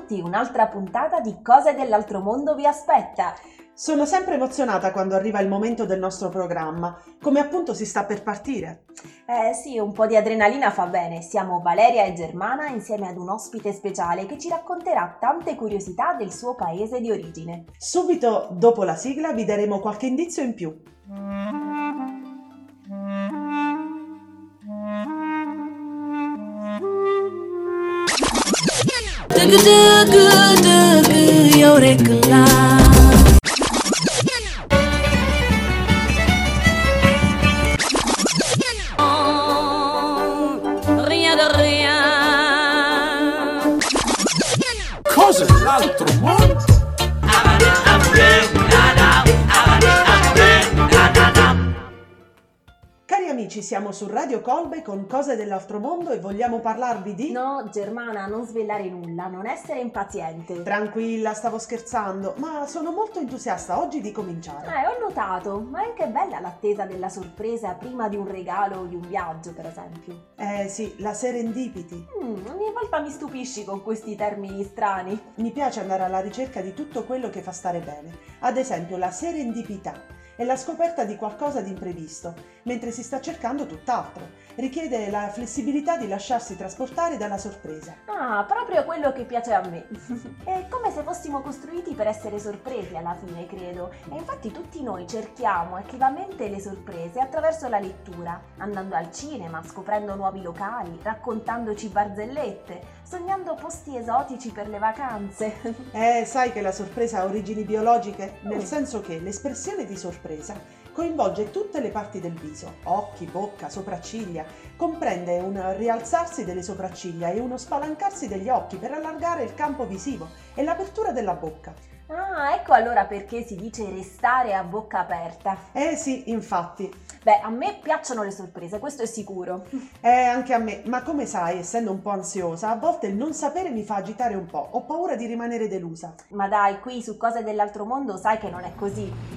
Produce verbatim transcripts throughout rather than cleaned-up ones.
tutti, un'altra puntata di Cose dell'altro mondo vi aspetta. Sono sempre emozionata quando arriva il momento del nostro programma, come appunto si sta per partire. Eh sì, un po' di adrenalina fa bene. Siamo Valeria e Germana insieme ad un ospite speciale che ci racconterà tante curiosità del suo paese di origine. Subito dopo la sigla vi daremo qualche indizio in più. Cose dell'altro mondo. Cari amici, siamo su Radio Colbe con Cose dell'altro mondo e vogliamo parlarvi di... No, Germana, non svelare nulla, non essere impaziente. Tranquilla, stavo scherzando, ma sono molto entusiasta oggi di cominciare. Eh, ho notato, ma è anche bella l'attesa della sorpresa prima di un regalo o di un viaggio, per esempio. Eh sì, la serendipity. Mm, ogni volta mi stupisci con questi termini strani. Mi piace andare alla ricerca di tutto quello che fa stare bene. Ad esempio, la serendipità è la scoperta di qualcosa di imprevisto, mentre si sta cercando tutt'altro. Richiede la flessibilità di lasciarsi trasportare dalla sorpresa. Ah, proprio quello che piace a me. È come se fossimo costruiti per essere sorpresi alla fine, credo. E infatti tutti noi cerchiamo attivamente le sorprese attraverso la lettura, andando al cinema, scoprendo nuovi locali, raccontandoci barzellette, sognando posti esotici per le vacanze. Eh, sai che la sorpresa ha origini biologiche? Nel senso che l'espressione di sorpresa coinvolge tutte le parti del viso, occhi, bocca, sopracciglia, comprende un rialzarsi delle sopracciglia e uno spalancarsi degli occhi per allargare il campo visivo e l'apertura della bocca. Ah, ecco allora perché si dice restare a bocca aperta. Eh sì, infatti. Beh, a me piacciono le sorprese, questo è sicuro. Eh, anche a me, ma come sai, essendo un po' ansiosa, a volte il non sapere mi fa agitare un po', ho paura di rimanere delusa. Ma dai, qui su Cose dell'altro mondo sai che non è così.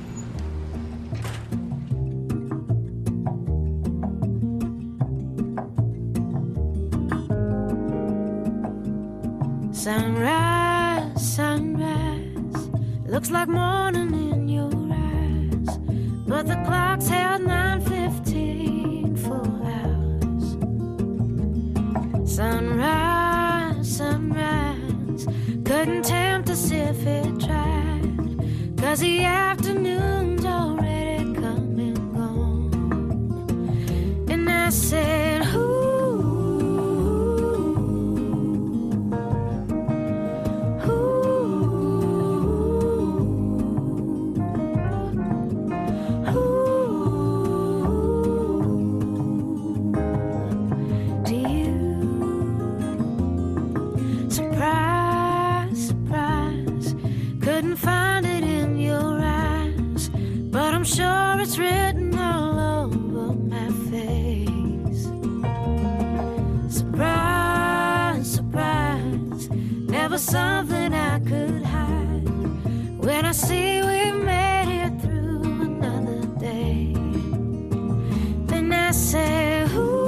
Sunrise, sunrise, looks like morning in your eyes, but the clock's held nine fifteen for hours. Sunrise, sunrise, couldn't tempt us if it tried, 'cause the afternoon's already come and gone. And I said, who? Sure it's written all over my face. Surprise, surprise, never something I could hide. When I see we made it through another day, then I say, ooh,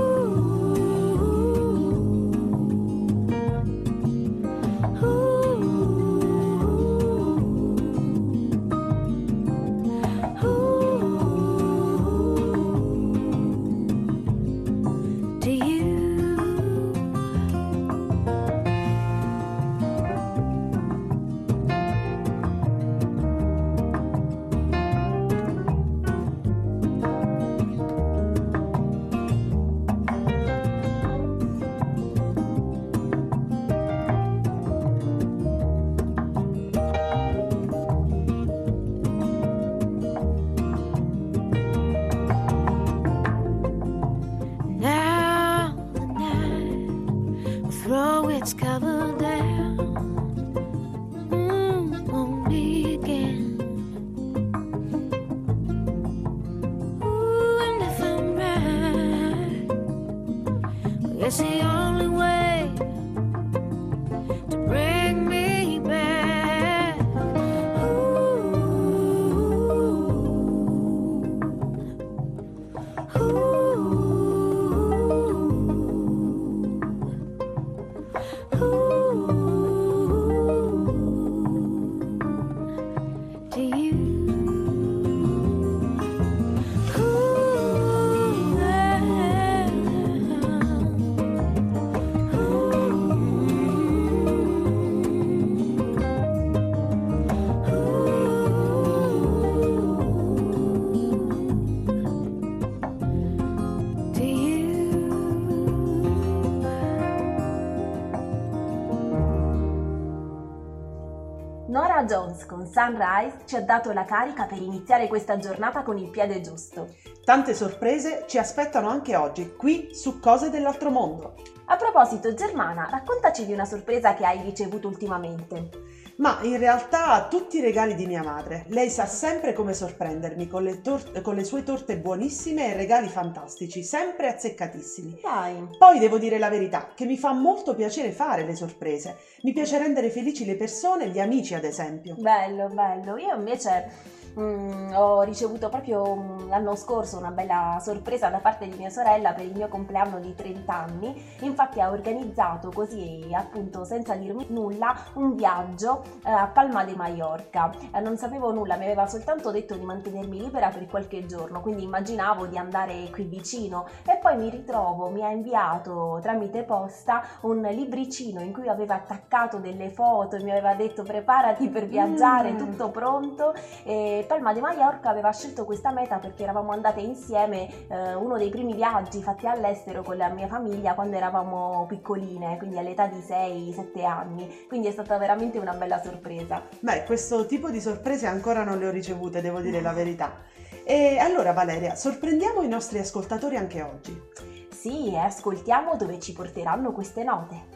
Norah Jones con Sunrise ci ha dato la carica per iniziare questa giornata con il piede giusto. Tante sorprese ci aspettano anche oggi, qui su Cose dell'altro mondo. A proposito, Germana, raccontaci di una sorpresa che hai ricevuto ultimamente. Ma in realtà tutti i regali di mia madre. Lei sa sempre come sorprendermi con le, tor- con le sue torte buonissime e regali fantastici, sempre azzeccatissimi. Dai. Poi devo dire la verità, che mi fa molto piacere fare le sorprese. Mi piace rendere felici le persone, gli amici ad esempio. Bello, bello. Io invece mm, ho ricevuto proprio mm, l'anno scorso una bella sorpresa da parte di mia sorella per il mio compleanno di trenta anni. Infatti ha organizzato così, appunto, senza dirmi nulla, un viaggio eh, a Palma de Mallorca. Eh, non sapevo nulla, mi aveva soltanto detto di mantenermi libera per qualche giorno, quindi immaginavo di andare qui vicino, e poi mi ritrovo, mi ha inviato tramite posta un libricino in cui aveva attaccato delle foto e mi aveva detto preparati per viaggiare, Mm. tutto pronto. E Palma de Mallorca aveva scelto questa meta perché eravamo andate insieme, eh, uno dei primi viaggi fatti all'estero con la mia famiglia quando eravamo piccoline, quindi all'età di sei sette anni, quindi è stata veramente una bella sorpresa. Beh, questo tipo di sorprese ancora non le ho ricevute, devo dire la verità. E allora Valeria, sorprendiamo i nostri ascoltatori anche oggi. Sì, e ascoltiamo dove ci porteranno queste note.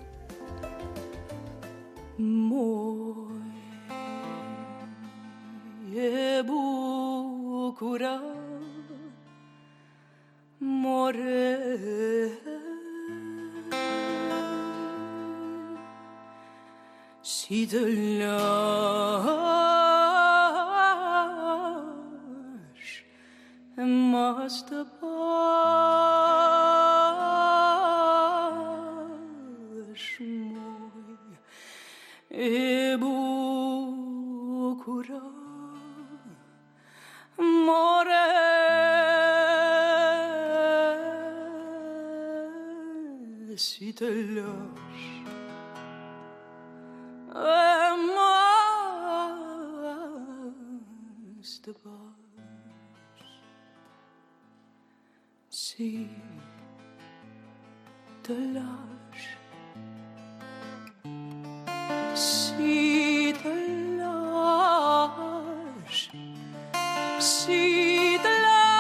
Moje bucura, more, si te lași, mă stăpași, moi, e bucura, more, si te lași, e mă stăpași, si te lași, si te lași, si te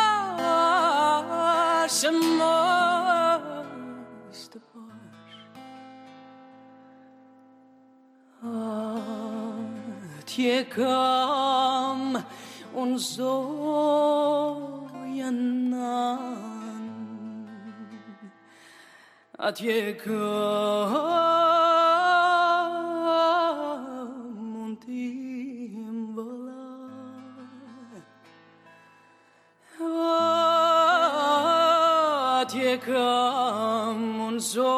lași, mă stăpași. Atje kam unë zojanan, atje kam unë tim vëlla, atje kam unë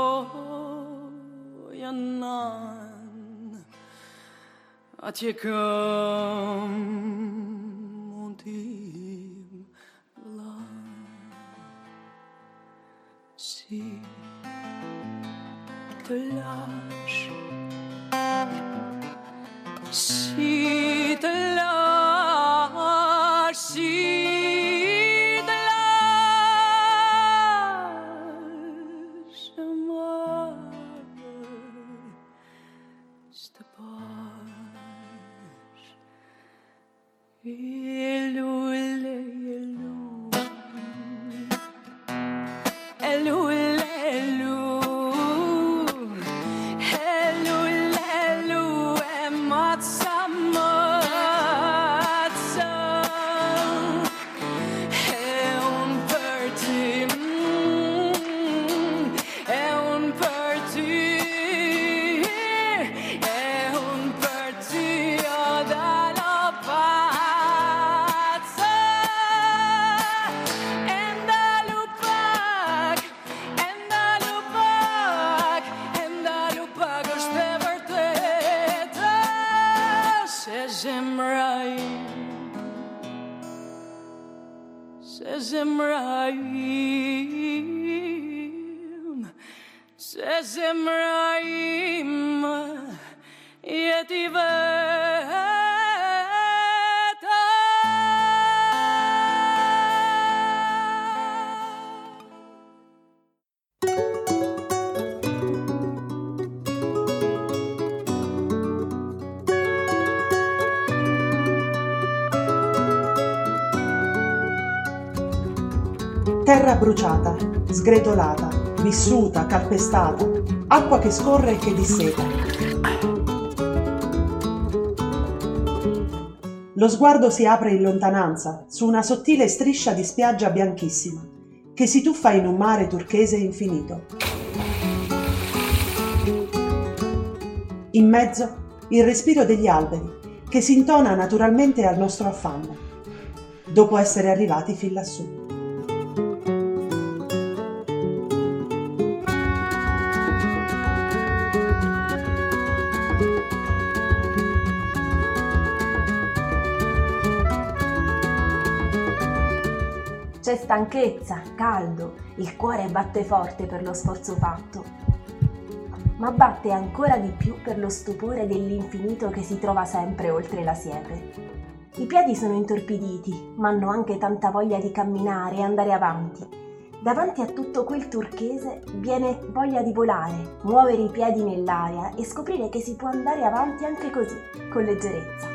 zojanan, atje kam unë tim vëlla, si te lași, si te lași, si te lași, mă stăpași. Elule, elule, elule, elule, matza, matza, e un per ti, mm, e un per ti, e un per ti, oh, dalla pazza, and da lupak, and da lupak, and da lupak është e vërteta, se zemra im, se zemra im, se zemra im, jeti veta. Terra bruciata, sgretolata, vissuta, calpestata, acqua che scorre e che disseta. Lo sguardo si apre in lontananza, su una sottile striscia di spiaggia bianchissima, che si tuffa in un mare turchese infinito. In mezzo, il respiro degli alberi, che si intona naturalmente al nostro affanno, dopo essere arrivati fin lassù. C'è stanchezza, caldo, il cuore batte forte per lo sforzo fatto, ma batte ancora di più per lo stupore dell'infinito che si trova sempre oltre la siepe. I piedi sono intorpiditi, ma hanno anche tanta voglia di camminare e andare avanti. Davanti a tutto quel turchese viene voglia di volare, muovere i piedi nell'aria e scoprire che si può andare avanti anche così, con leggerezza.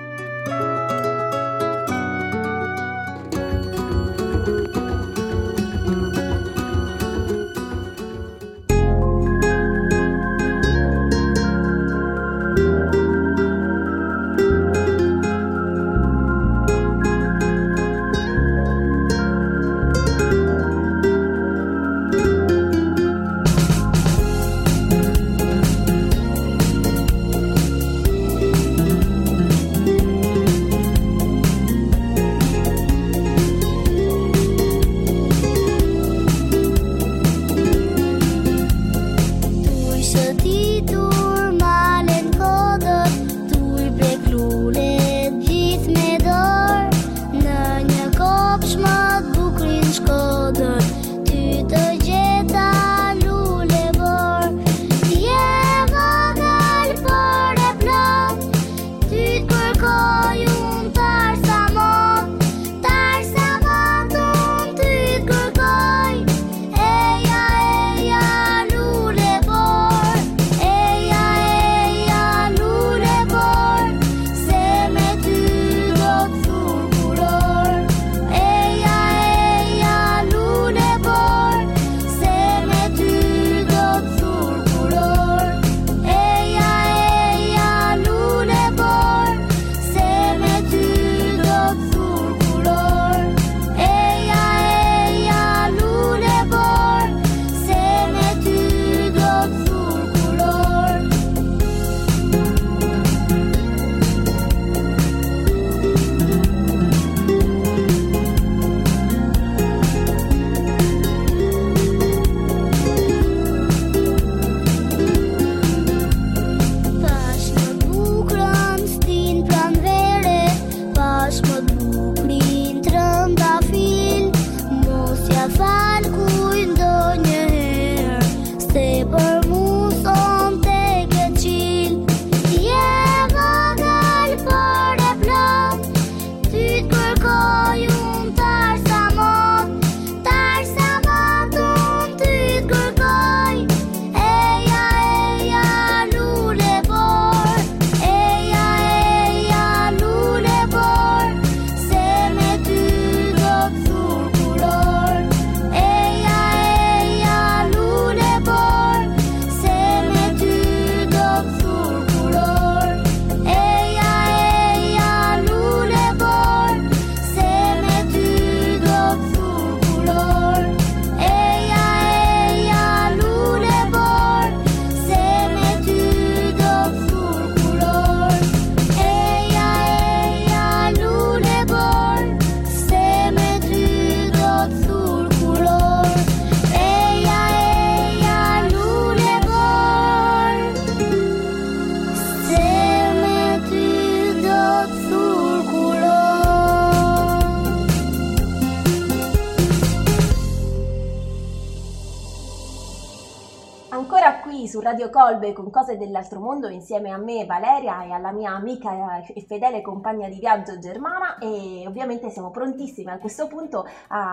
Su Radio Colbe con Cose dell'altro mondo insieme a me Valeria e alla mia amica e fedele compagna di viaggio Germana, e ovviamente siamo prontissime a questo punto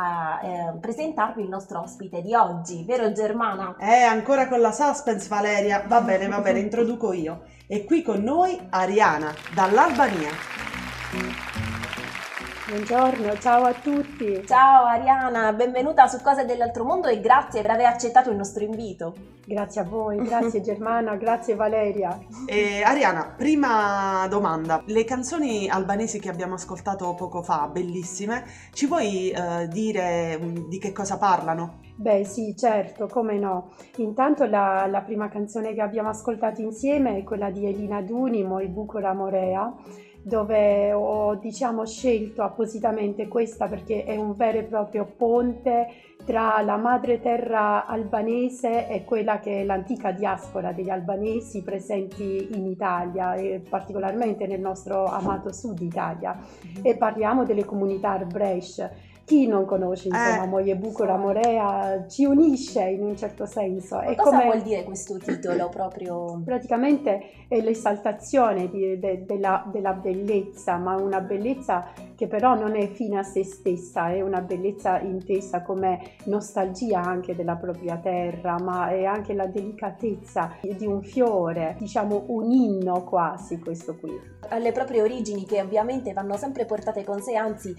a eh, presentarvi il nostro ospite di oggi, vero Germana? Eh, ancora con la suspense Valeria, va bene va bene, introduco io. E qui con noi Ariana dall'Albania. Buongiorno, ciao a tutti. Ciao Ariana, benvenuta su Cose dell'altro mondo e grazie per aver accettato il nostro invito. Grazie a voi, grazie Germana, grazie Valeria. E Ariana, prima domanda. Le canzoni albanesi che abbiamo ascoltato poco fa, bellissime, ci vuoi eh, dire mm, di che cosa parlano? Beh sì, certo, come no. Intanto la, la prima canzone che abbiamo ascoltato insieme è quella di Elina Duni, Moi Bucura Morea, dove ho diciamo scelto appositamente questa perché è un vero e proprio ponte tra la madre terra albanese e quella che è l'antica diaspora degli albanesi presenti in Italia e particolarmente nel nostro amato sud Italia. E parliamo delle comunità Arbresh. Chi non conosce insomma Eh, Moje Bucura Morea ci unisce in un certo senso. È Cosa come vuol dire questo titolo proprio? praticamente è l'esaltazione di- de- della, della bellezza, ma una bellezza che però non è fine a se stessa, è una bellezza intesa come nostalgia anche della propria terra, ma è anche la delicatezza di un fiore, diciamo un inno quasi questo qui. Alle proprie origini, che ovviamente vanno sempre portate con sé, anzi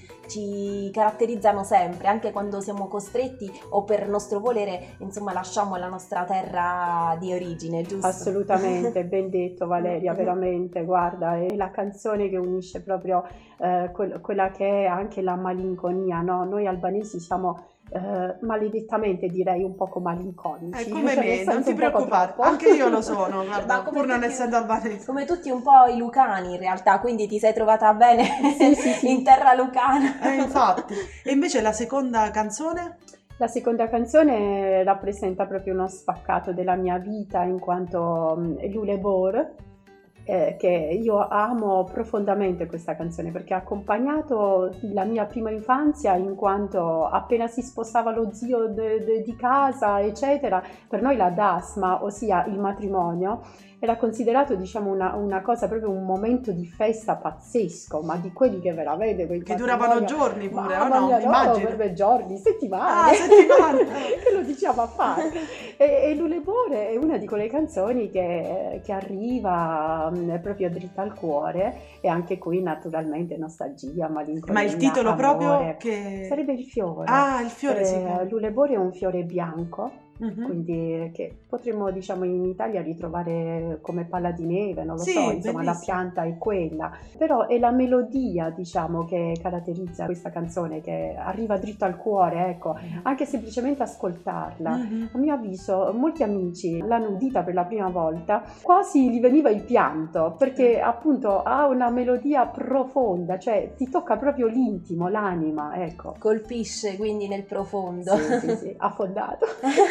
ci caratterizzano sempre, anche quando siamo costretti o per nostro volere, insomma, lasciamo la nostra terra di origine, giusto? Assolutamente, ben detto Valeria, veramente, guarda, è la canzone che unisce proprio eh, quel- quella che è anche la malinconia, no? Noi albanesi siamo eh, maledettamente direi un poco malinconici. È come cioè, nel me, non senso ti un poco preoccupare, troppo. anche io lo sono, Ma guarda, come pur non tutti- essendo albanese. Come tutti un po' i lucani in realtà, quindi ti sei trovata bene Sì, sì, sì. in terra lucana. Eh, infatti. E invece la seconda canzone? La seconda canzone rappresenta proprio uno spaccato della mia vita in quanto mm, Lulebor, eh, che io amo profondamente questa canzone perché ha accompagnato la mia prima infanzia in quanto appena si spostava lo zio de- de- di casa, eccetera, per noi la dasma, ossia il matrimonio, era considerato diciamo una, una cosa, proprio un momento di festa pazzesco, ma di quelli che veramente quel Che duravano matrimonio- giorni pure, o Mamma no? mia, Immagino. per giorni, settimane. Ah, settimane. Che lo diciamo a fare. E, e Lulebore è una di quelle canzoni che, che arriva mh, proprio dritta al cuore e anche qui naturalmente nostalgia, malinconia, Ma il titolo amore. proprio che... Sarebbe il fiore. Ah, il fiore si Eh, chiama. Lulebore è un fiore bianco, Mhm. quindi che potremmo diciamo in Italia ritrovare come palla di neve, non lo Sì, so, insomma la bellissimo. pianta è quella, però è la melodia diciamo che caratterizza questa canzone, che arriva dritto al cuore, ecco, anche semplicemente ascoltarla. Mhm. A mio avviso molti amici l'hanno udita per la prima volta, quasi gli veniva il pianto, perché appunto ha una melodia profonda, cioè ti tocca proprio l'intimo, l'anima, ecco. Colpisce quindi nel profondo. Sì, sì, sì, affondato.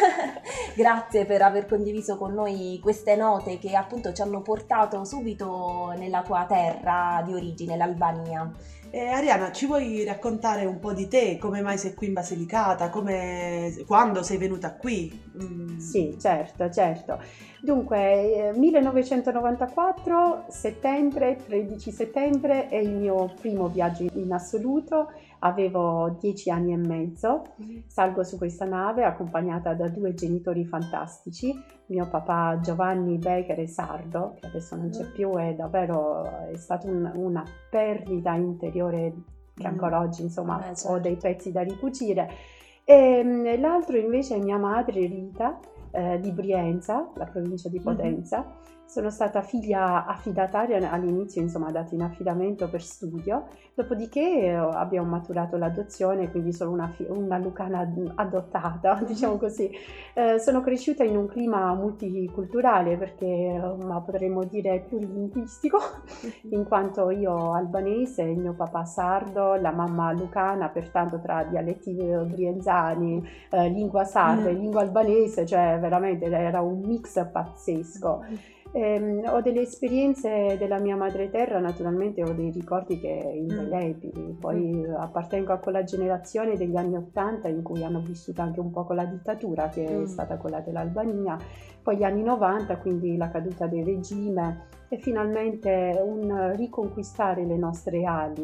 Grazie per aver condiviso con noi queste note che appunto ci hanno portato subito nella tua terra di origine, l'Albania. Eh, Ariana, ci vuoi raccontare un po' di te? Come mai sei qui in Basilicata? Come... Quando sei venuta qui? Mm. Sì, certo, certo. Dunque, eh, millenovecentonovantaquattro, settembre, tredici settembre, è il mio primo viaggio in assoluto. Avevo dieci anni e mezzo, salgo su questa nave accompagnata da due genitori fantastici, mio papà Giovanni Bechere sardo, che adesso non c'è più, è davvero è stata un- una perdita interiore che ancora oggi insomma Eh, certo. ho dei pezzi da ricucire. E mm, l'altro invece è mia madre Rita, eh, di Brienza, la provincia di Potenza. Sono stata figlia affidataria all'inizio, insomma, data in affidamento per studio, dopodiché eh, abbiamo maturato l'adozione, quindi sono una, fi- una lucana adottata, diciamo così. Eh, sono cresciuta in un clima multiculturale perché, eh, ma potremmo dire plurilinguistico, in quanto io albanese, il mio papà sardo, la mamma lucana, pertanto tra dialetti eh, brienzani, eh, lingua sarda e Mm. lingua albanese, cioè veramente era un mix pazzesco. Ehm, ho delle esperienze della mia madre terra, naturalmente ho dei ricordi che indelebili, poi eh, appartengo a quella generazione degli anni Ottanta in cui hanno vissuto anche un po' con la dittatura che Mm. è stata quella dell'Albania, poi gli anni novanta, quindi la caduta del regime e finalmente un riconquistare le nostre ali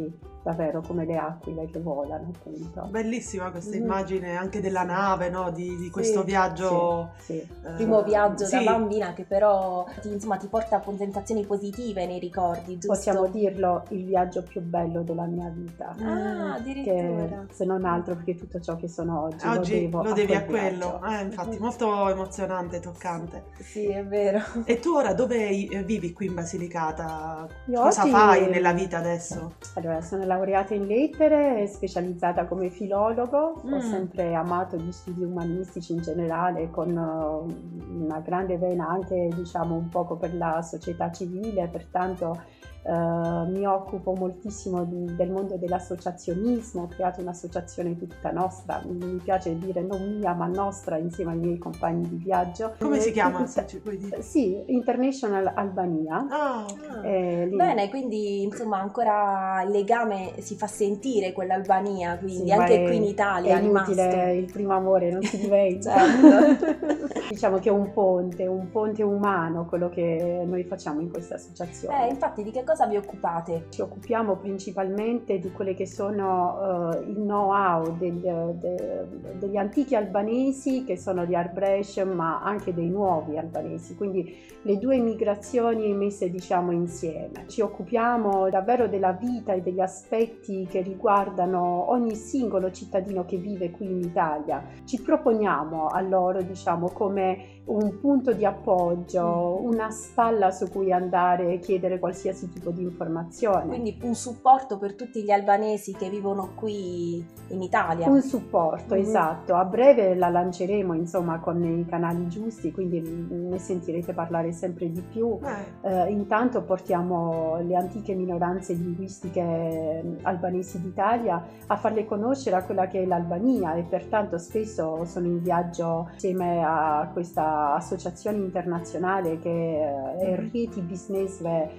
davvero come le aquile che volano, appunto. Bellissima questa Mm. immagine anche della nave, no? Di, di questo Sì, viaggio. Sì, sì. eh, Primo viaggio sì. da bambina che però ti, insomma, ti porta con sensazioni positive nei ricordi, giusto? Possiamo dirlo il viaggio più bello della mia vita. Ah, Che, addirittura. se non altro perché tutto ciò che sono oggi, Oggi lo devo lo devi a a quel quello, viaggio. eh, infatti molto emozionante, toccante. Sì, è vero. E tu ora dove eh, vivi qui in Basilicata? Io Cosa oggi- fai nella vita adesso? Allora, sono laureata in lettere, specializzata come filologo, Mm. ho sempre amato gli studi umanistici in generale, con eh, una grande vena anche, diciamo, un poco per la società civile, pertanto eh, mi occupo moltissimo di- del mondo dell'associazionismo, ho creato un'associazione tutta nostra, mi piace dire non mia ma nostra, insieme ai miei compagni di viaggio. Come si Eh, chiama? tutta- Se ci puoi dire. Sì, International Albania. Ah, eh, lì- Bene, quindi insomma ancora il legame si fa sentire con l'Albania, quindi Sì, anche ma qui è- in Italia è è rimasto. inutile, il primo amore non si diventa. Certo. Diciamo che è un ponte, un ponte umano quello che noi facciamo in questa associazione. Eh, infatti di che cosa vi occupate? Ci occupiamo principalmente di quelle che sono eh, il know-how del- de- degli antichi albanesi, che sono gli Arbresh, ma anche dei nuovi albanesi, quindi le due migrazioni messe, diciamo, insieme. Ci occupiamo davvero della vita e degli aspetti che riguardano ogni singolo cittadino che vive qui in Italia. Ci proponiamo a loro, diciamo, come un punto di appoggio, una spalla su cui andare e chiedere qualsiasi tipo di informazione. Quindi un supporto per tutti gli albanesi che vivono qui in Italia. Un supporto, Mhm. esatto. A breve la lanceremo, insomma, con i canali giusti, quindi ne sentirete parlare sempre di più. eh, Eh, intanto portiamo le antiche minoranze linguistiche eh, albanesi d'Italia a farle conoscere a quella che è l'Albania, e pertanto spesso sono in viaggio insieme a questa associazione internazionale che eh, è Reti Business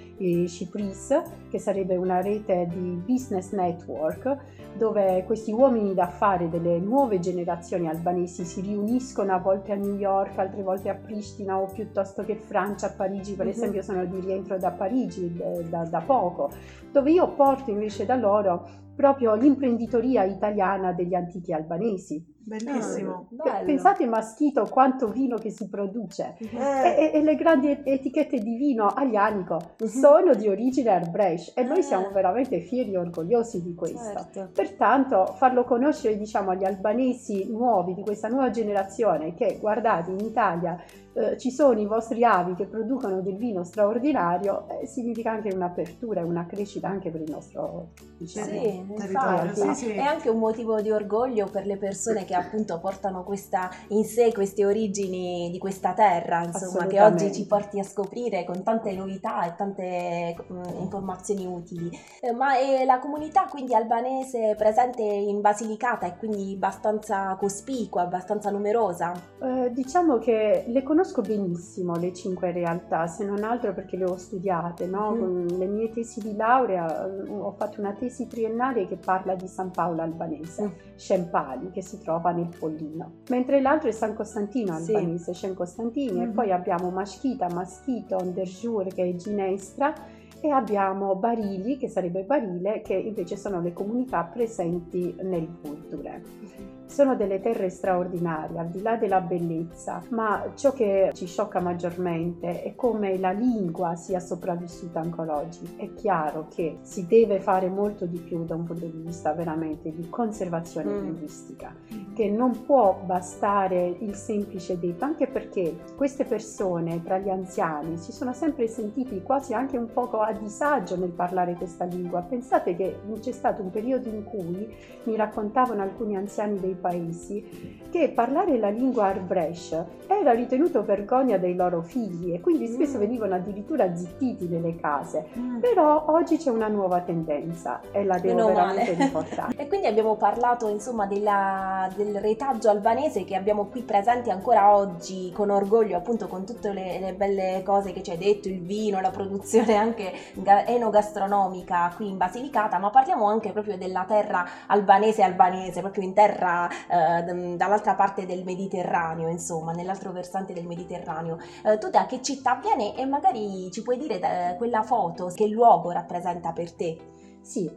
e Cipris, che sarebbe una rete di business network dove questi uomini d'affari delle nuove generazioni albanesi si riuniscono, a volte a New York, altre volte a Pristina, o piuttosto che Francia, a Parigi. Per Mhm. esempio sono di rientro da Parigi eh, da, da poco, dove io porto invece da loro proprio l'imprenditoria italiana degli antichi albanesi. bellissimo. Ah, bello. Pensate, Maschito, quanto vino che si produce. Eh, E, e- e le grandi et- etichette di vino Aglianico Mhm. sono di origine Arbresh, e noi Ah. siamo veramente fieri e orgogliosi di questo. Certo. Pertanto farlo conoscere, diciamo, agli albanesi nuovi di questa nuova generazione, che guardate, in Italia eh, ci sono i vostri avi che producono del vino straordinario, eh, significa anche un'apertura e una crescita anche per il nostro, diciamo, Sì, territorio, infatti, sì, sì. è anche un motivo di orgoglio per le persone che appunto portano questa, in sé queste origini di questa terra, insomma, che oggi Assolutamente. ci porti a scoprire con tante novità e tante mm, informazioni utili. Eh, ma è la comunità quindi albanese presente in Basilicata è quindi abbastanza cospicua, abbastanza numerosa? Eh, diciamo che le conosco benissimo le cinque realtà, se non altro perché le ho studiate, no? Mhm. Con le mie tesi di laurea eh, ho fatto una tesi triennale che parla di San Paolo albanese, Mm. Scempali, che si trova nel Pollino, mentre l'altro è San Costantino Sì. albanese, Cen Costantini, e Mhm. poi abbiamo Maschita, Maschito, Onderjur, che è Ginestra, e abbiamo Barili, che sarebbe Barile, che invece sono le comunità presenti nel Vulture. Sono delle terre straordinarie, al di là della bellezza, ma ciò che ci sciocca maggiormente è come la lingua sia sopravvissuta ancora oggi. È chiaro che si deve fare molto di più da un punto di vista veramente di conservazione Mm. linguistica, che non può bastare il semplice detto, anche perché queste persone tra gli anziani si sono sempre sentiti quasi anche un poco a disagio nel parlare questa lingua. Pensate che c'è stato un periodo in cui mi raccontavano alcuni anziani dei paesi che parlare la lingua Arbresh era ritenuto vergogna dei loro figli, e quindi spesso Mm. venivano addirittura zittiti nelle case. Mm. Però oggi c'è una nuova tendenza e la devo Meno veramente male. riportare. E quindi abbiamo parlato insomma della- del retaggio albanese che abbiamo qui presenti ancora oggi con orgoglio, appunto con tutte le, le belle cose che ci hai detto, il vino, la produzione anche ga- enogastronomica qui in Basilicata, ma parliamo anche proprio della terra albanese albanese, proprio in terra eh, d- dall'altra parte del Mediterraneo, insomma, nell'altro versante del Mediterraneo. Eh, tu da che città vieni e magari ci puoi dire eh, quella foto, che luogo rappresenta per te? Sì,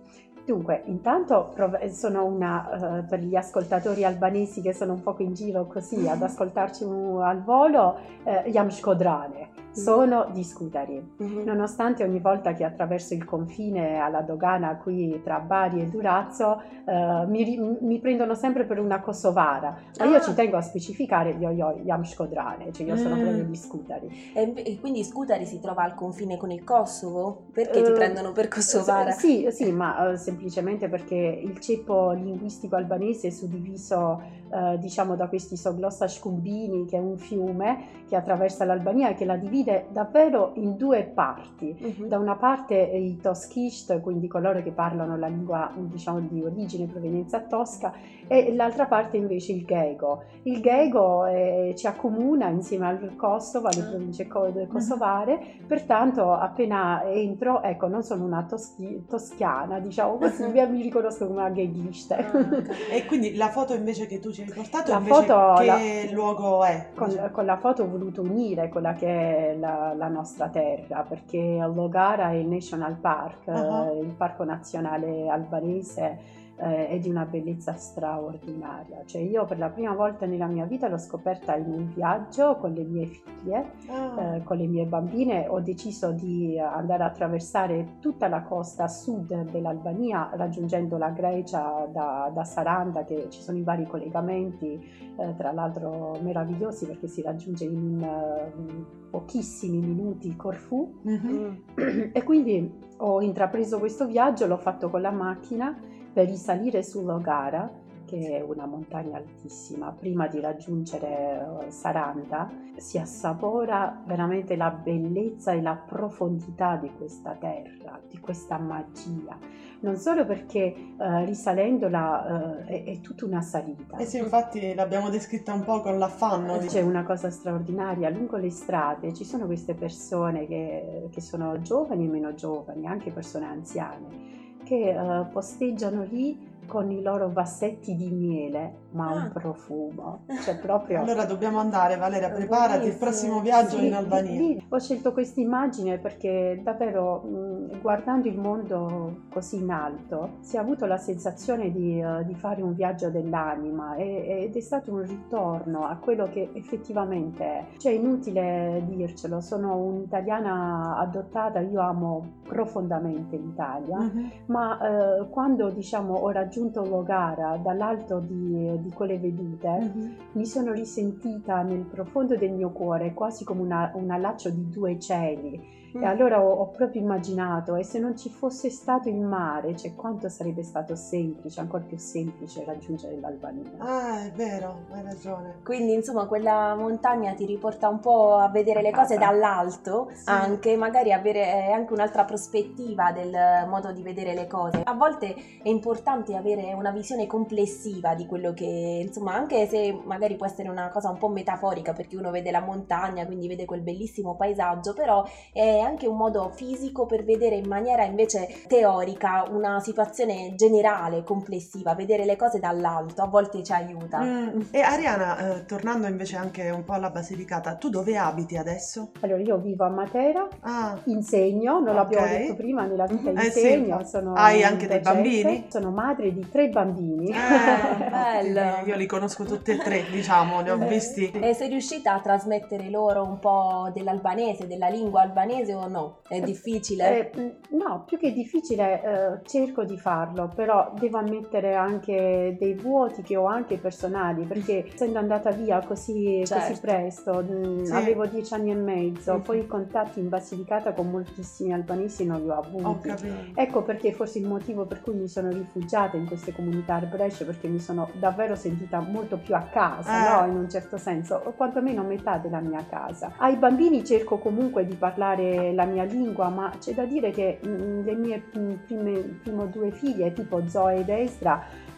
Dunque, intanto prov- sono una, uh, per gli ascoltatori albanesi che sono un poco in giro così ad ascoltarci uh, al volo, uh, jam shkodrane, sono di Scutari. Mhm. Nonostante ogni volta che attraverso il confine alla dogana qui tra Bari e Durazzo uh, mi, ri- mi prendono sempre per una kosovara, ma io Ah. ci tengo a specificare io, io jam shkodrane, cioè io sono Mm. proprio di Scutari. E, e quindi Scutari si trova al confine con il Kosovo? Perché ti Eh, prendono per kosovara? Sì, sì, ma eh, semplicemente perché il ceppo linguistico albanese è suddiviso eh, diciamo da questi Soglossa Shkumbini, che è un fiume che attraversa l'Albania e che la divide davvero in due parti. Mhm. Da una parte i Toskisht, quindi coloro che parlano la lingua diciamo di origine e provenienza tosca, e l'altra parte invece il Ghego. Il Ghego eh, ci accomuna insieme al Kosovo, alle province co- kosovare, pertanto appena entro, ecco, non sono una toschi- toscana, diciamo così, Mhm. mi, mi riconosco come una gheghiste. Ah, ok. E quindi la foto invece che tu ci hai portato, La invece foto- che la- luogo è? Con, con la foto ho voluto unire quella che è la, la nostra terra, perché Logara è il National Park, Ah. eh, il parco nazionale albanese, eh, è di una bellezza straordinaria. Cioè io per la prima volta nella mia vita l'ho scoperta in un viaggio con le mie figlie, Ah. eh, con le mie bambine. Ho deciso di andare a attraversare tutta la costa sud dell'Albania, raggiungendo la Grecia da, da Saranda, che ci sono i vari collegamenti, eh, tra l'altro meravigliosi, perché si raggiunge in eh, pochissimi minuti Corfù. Mhm. E quindi ho intrapreso questo viaggio, l'ho fatto con la macchina per risalire sull'Ogara, che è una montagna altissima. Prima di raggiungere eh, Saranda si assapora veramente la bellezza e la profondità di questa terra, di questa magia. Non solo perché eh, risalendola eh, è, è tutta una salita. Eh sì, infatti l'abbiamo descritta un po' con l'affanno. C'è diciamo. una cosa straordinaria, lungo le strade ci sono queste persone che, che sono giovani e meno giovani, anche persone anziane, che eh, posteggiano lì con i loro vassetti di miele, ma Ah. un profumo, cioè proprio... Allora dobbiamo andare, Valeria, preparati, il Bellissimo. prossimo viaggio Sì, in Albania. lì ho scelto questa immagine perché davvero mh, guardando il mondo così in alto si è avuto la sensazione di, eh, di fare un viaggio dell'anima e- ed è stato un ritorno a quello che effettivamente è. Cioè è inutile dircelo, sono un'italiana adottata, io amo profondamente l'Italia, Mhm. ma eh, quando diciamo ho raggiunto Logara dall'alto di, di quelle vedute Mhm. mi sono risentita nel profondo del mio cuore quasi come una, un allaccio di due cieli. E allora ho, ho proprio immaginato, e se non ci fosse stato il mare, cioè quanto sarebbe stato semplice, ancora più semplice raggiungere l'Albania. Ah, è vero, hai ragione. Quindi insomma quella montagna ti riporta un po' a vedere le A cose casa. dall'alto, Sì. anche magari avere anche un'altra prospettiva del modo di vedere le cose. A volte è importante avere una visione complessiva di quello che, insomma, anche se magari può essere una cosa un po' metaforica, perché uno vede la montagna, quindi vede quel bellissimo paesaggio, però è anche un modo fisico per vedere in maniera invece teorica una situazione generale, complessiva, vedere le cose dall'alto, a volte ci aiuta. Mm. E Ariana, eh, tornando invece anche un po' alla Basilicata, tu dove abiti adesso? Allora io vivo a Matera, Ah, insegno, non Ok. l'abbiamo detto prima, nella vita Eh sì, insegno, infatti. sono Hai anche dei docente, bambini? sono madre di tre bambini. eh, Bello. Io li conosco tutti e tre, diciamo, li ho Eh. visti. E sei riuscita a trasmettere loro un po' dell'albanese, della lingua albanese o no? È difficile? Eh, mh, no, più che difficile eh, cerco di farlo, però devo ammettere anche dei vuoti che ho anche personali, perché essendo andata via così, Certo. così presto, mh, Sì. avevo dieci anni e mezzo, Mhm. poi i contatti in Basilicata con moltissimi albanesi non li ho avuti. Ho capito. Ecco perché forse il motivo per cui mi sono rifugiata in queste comunità a Brescia, perché mi sono davvero sentita molto più a casa, Eh. no? In un certo senso, o quantomeno metà della mia casa. Ai bambini cerco comunque di parlare la mia lingua, ma c'è da dire che mm, le mie mm, prime, primo due figlie, tipo Zoe ed Esra,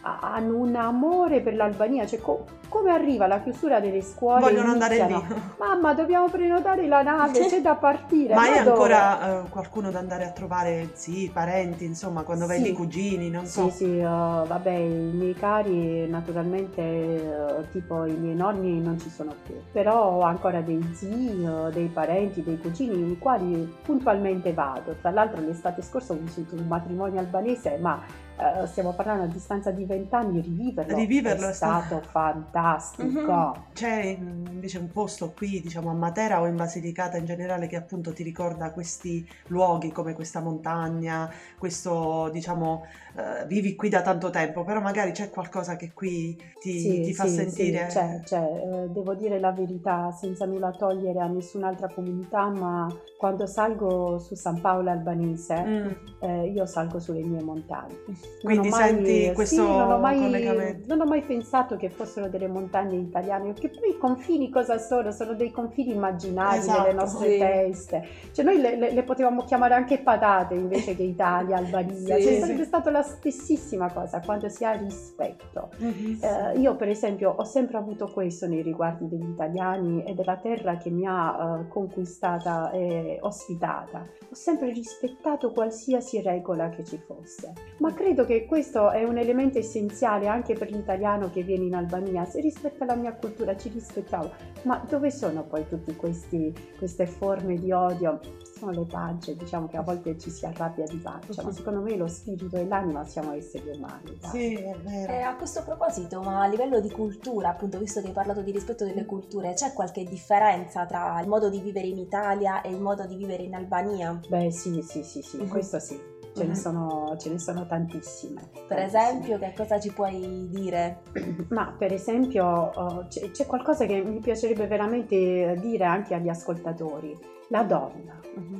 hanno un amore per l'Albania, cioè co- come arriva la chiusura delle scuole, Vogliono andare iniziano, lì. mamma dobbiamo prenotare la nave, c'è da partire. Ma hai dove?" ancora eh, qualcuno da andare a trovare, sì, parenti, insomma, quando vai Sì. lì, cugini, non so. Sì, sì, eh, vabbè, i miei cari naturalmente, eh, tipo i miei nonni non ci sono più, però ho ancora dei zii, eh, dei parenti, dei cugini, i quali puntualmente vado. Tra l'altro l'estate scorsa ho vissuto un matrimonio albanese, ma eh, stiamo parlando a distanza di vent'anni, riviverlo, Riviverlo è è sta- stato fantastico. Mhm. C'è mm, invece un posto qui, diciamo a Matera o in Basilicata in generale, che appunto ti ricorda questi luoghi come questa montagna, questo, diciamo, eh, vivi qui da tanto tempo, però magari c'è qualcosa che qui ti, Sì, ti fa sì, sentire. sì, c'è, c'è. Eh, devo dire la verità senza nulla togliere a nessun'altra comunità, ma quando salgo su San Paolo Albanese, Mm, eh, io salgo sulle mie montagne. Quindi Non ho mai- senti questo sì, non ho mai, collegamento. non ho mai pensato che fossero delle montagne italiane, perché poi i confini cosa sono? Sono dei confini immaginari Esatto, nelle nostre sì. teste. Cioè noi le, le- le potevamo chiamare anche patate invece che Italia, Albania. Sì, Cioè, sì. sarebbe stata la stessissima cosa quando si ha rispetto. Mhm. Eh, io per esempio ho sempre avuto questo nei riguardi degli italiani e della terra che mi ha eh, conquistata e ospitata. Ho sempre rispettato qualsiasi regola che ci fosse, ma credo che questo è un elemento essenziale anche per l'italiano che viene in Albania. Se rispetta la mia cultura, ci rispettiamo, ma dove sono poi tutte queste forme di odio? Sono le pance, diciamo che a volte ci si arrabbia di pancia, ma secondo me lo spirito e l'anima siamo esseri umani. dai. Sì, è vero. E a questo proposito, ma a livello di cultura, appunto, visto che hai parlato di rispetto delle culture, c'è qualche differenza tra il modo di vivere in Italia e il modo di vivere in Albania? Beh sì, sì, sì, sì, Mhm. questo sì, ce, Mhm. ne sono, ce ne sono tantissime. Per tantissime. esempio, che cosa ci puoi dire? Ma per esempio oh, c'è, c'è qualcosa che mi piacerebbe veramente dire anche agli ascoltatori, la donna.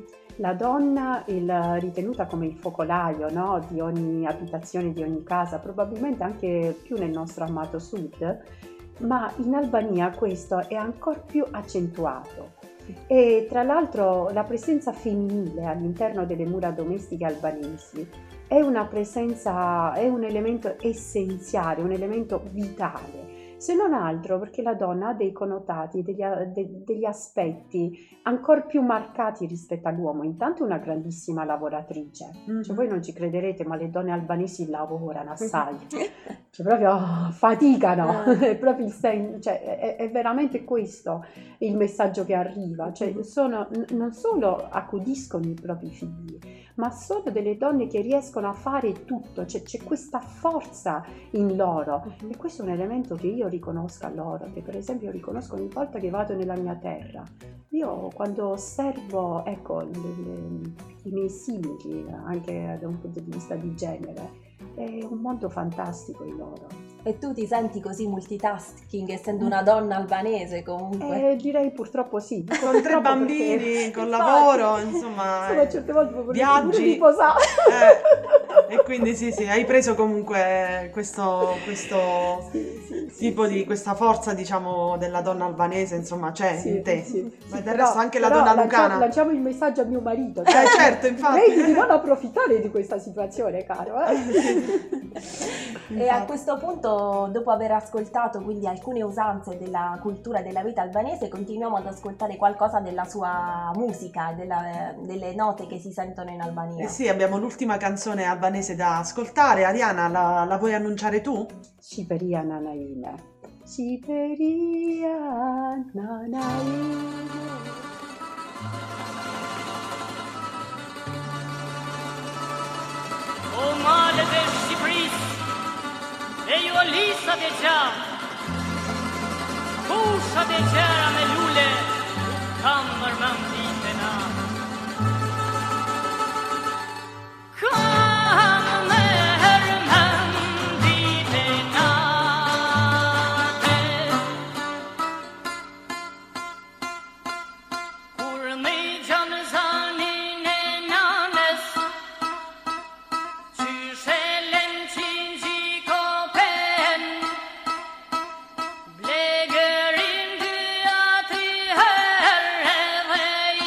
La donna, il, ritenuta come il focolaio, no, di ogni abitazione, di ogni casa, probabilmente anche più nel nostro amato sud, ma in Albania questo è ancora più accentuato. E tra l'altro la presenza femminile all'interno delle mura domestiche albanesi è una presenza, è un elemento essenziale, un elemento vitale. Se non altro perché la donna ha dei connotati, degli, de, degli aspetti ancora più marcati rispetto all'uomo. Intanto è una grandissima lavoratrice, Mhm. cioè, voi non ci crederete ma le donne albanesi lavorano assai, cioè proprio faticano, è proprio il sen- cioè, è, è veramente questo il messaggio che arriva, cioè sono, n- non solo accudiscono i propri figli, ma sono delle donne che riescono a fare tutto, cioè, c'è questa forza in loro. E questo è un elemento che io riconosco a loro, che per esempio riconosco ogni volta che vado nella mia terra. Io quando osservo, ecco, le- le- i miei simili, anche da un punto di vista di genere, è un mondo fantastico in loro. E tu ti senti così multitasking, essendo una donna albanese comunque? Eh, direi purtroppo sì. Con tre Purtroppo bambini, perché- col Infatti. lavoro, insomma. Insomma, certe volte proprio viaggi. pure riposare. Eh, e quindi sì, sì, hai preso comunque questo, questo Sì, sì, sì, tipo sì. di questa forza, diciamo, della donna albanese, insomma, c'è Sì, in te. sì, Ma sì, del però- resto anche la però donna lanciamo- lucana. Lanciamo il messaggio a mio marito. Eh, certo, infatti. Vedi di non approfittare di questa situazione, caro. Eh? E a questo punto, dopo aver ascoltato quindi alcune usanze della cultura e della vita albanese, continuiamo ad ascoltare qualcosa della sua musica, della- delle note che si sentono in Albania. Eh sì, abbiamo l'ultima canzone albanese da ascoltare. Ariana, la, la vuoi annunciare tu? Siberia Nanaime. Siberia Nanaime. O male dhe Shqipëris, e ju Alisa dhe gjatë, kusha dhe gjera me lule, kam mërmëndit e na. Kam mërmëndit e nate, kur me gjanë zanin e nanes, Qyshelen qinqi kopen, blegerin dy ati herre dhe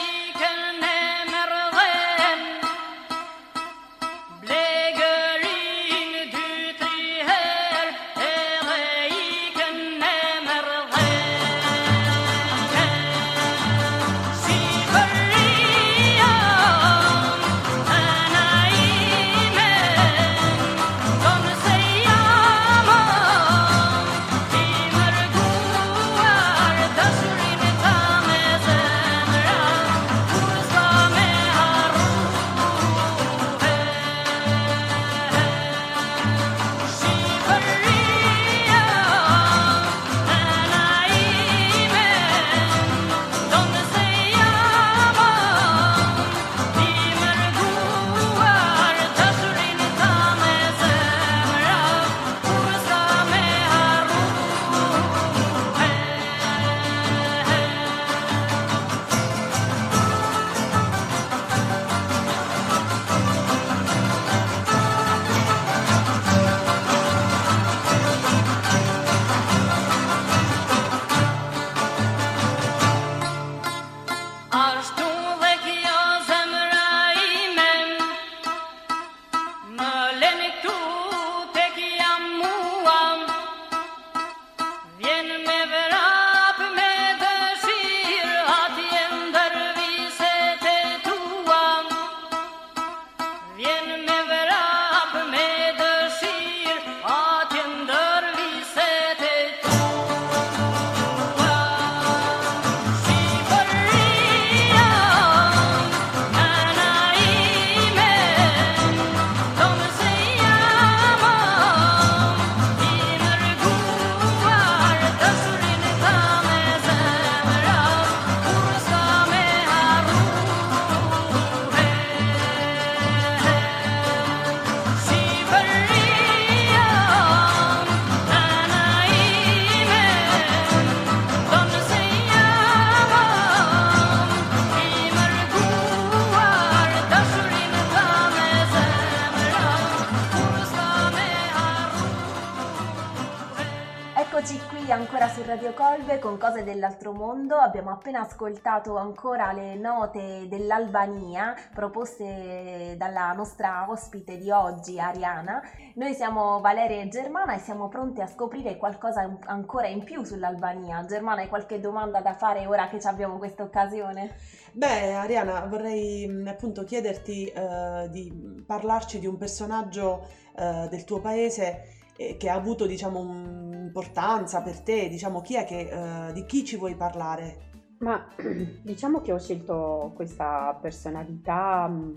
ancora su Radio Colve con Cose dell'altro mondo. Abbiamo appena ascoltato ancora le note dell'Albania proposte dalla nostra ospite di oggi, Ariana. Noi siamo Valeria e Germana e siamo pronte a scoprire qualcosa ancora in più sull'Albania. Germana, hai qualche domanda da fare ora che abbiamo questa occasione? Beh, Ariana, vorrei mh, appunto chiederti eh, di parlarci di un personaggio eh, del tuo paese eh, che ha avuto, diciamo, un'importanza per te. Diciamo, chi è che, eh, di chi ci vuoi parlare? Ma diciamo che ho scelto questa personalità mh,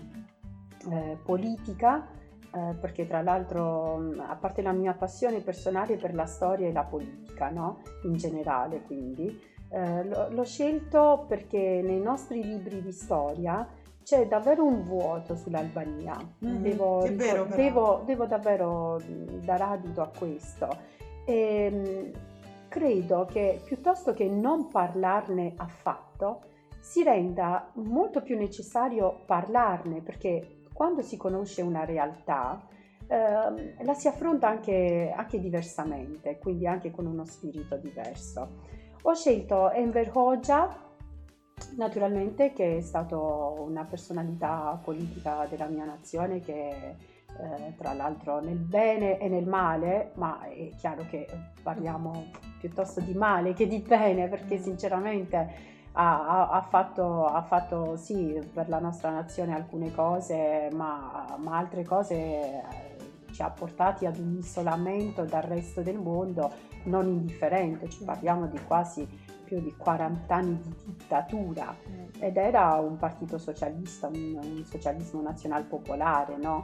eh, politica eh, perché tra l'altro, mh, a parte la mia passione personale per la storia e la politica, no? In generale, quindi eh, l- l'ho scelto perché nei nostri libri di storia c'è davvero un vuoto sull'Albania. Mm, devo, è vero, ricor- però. devo, devo davvero mh, dare adito a questo. E, mh, credo che piuttosto che non parlarne affatto, si renda molto più necessario parlarne, perché quando si conosce una realtà ehm, la si affronta anche, anche diversamente, quindi anche con uno spirito diverso. Ho scelto Enver Hoxha, naturalmente, che è stato una personalità politica della mia nazione che eh, tra l'altro nel bene e nel male, ma è chiaro che parliamo piuttosto di male che di bene, perché sinceramente ha, ha, ha, fatto, ha fatto sì per la nostra nazione alcune cose, ma, ma altre cose eh, ci ha portati ad un isolamento dal resto del mondo non indifferente. Ci parliamo di quasi più di quaranta anni di dittatura ed era un partito socialista, un, un socialismo nazional-popolare, no?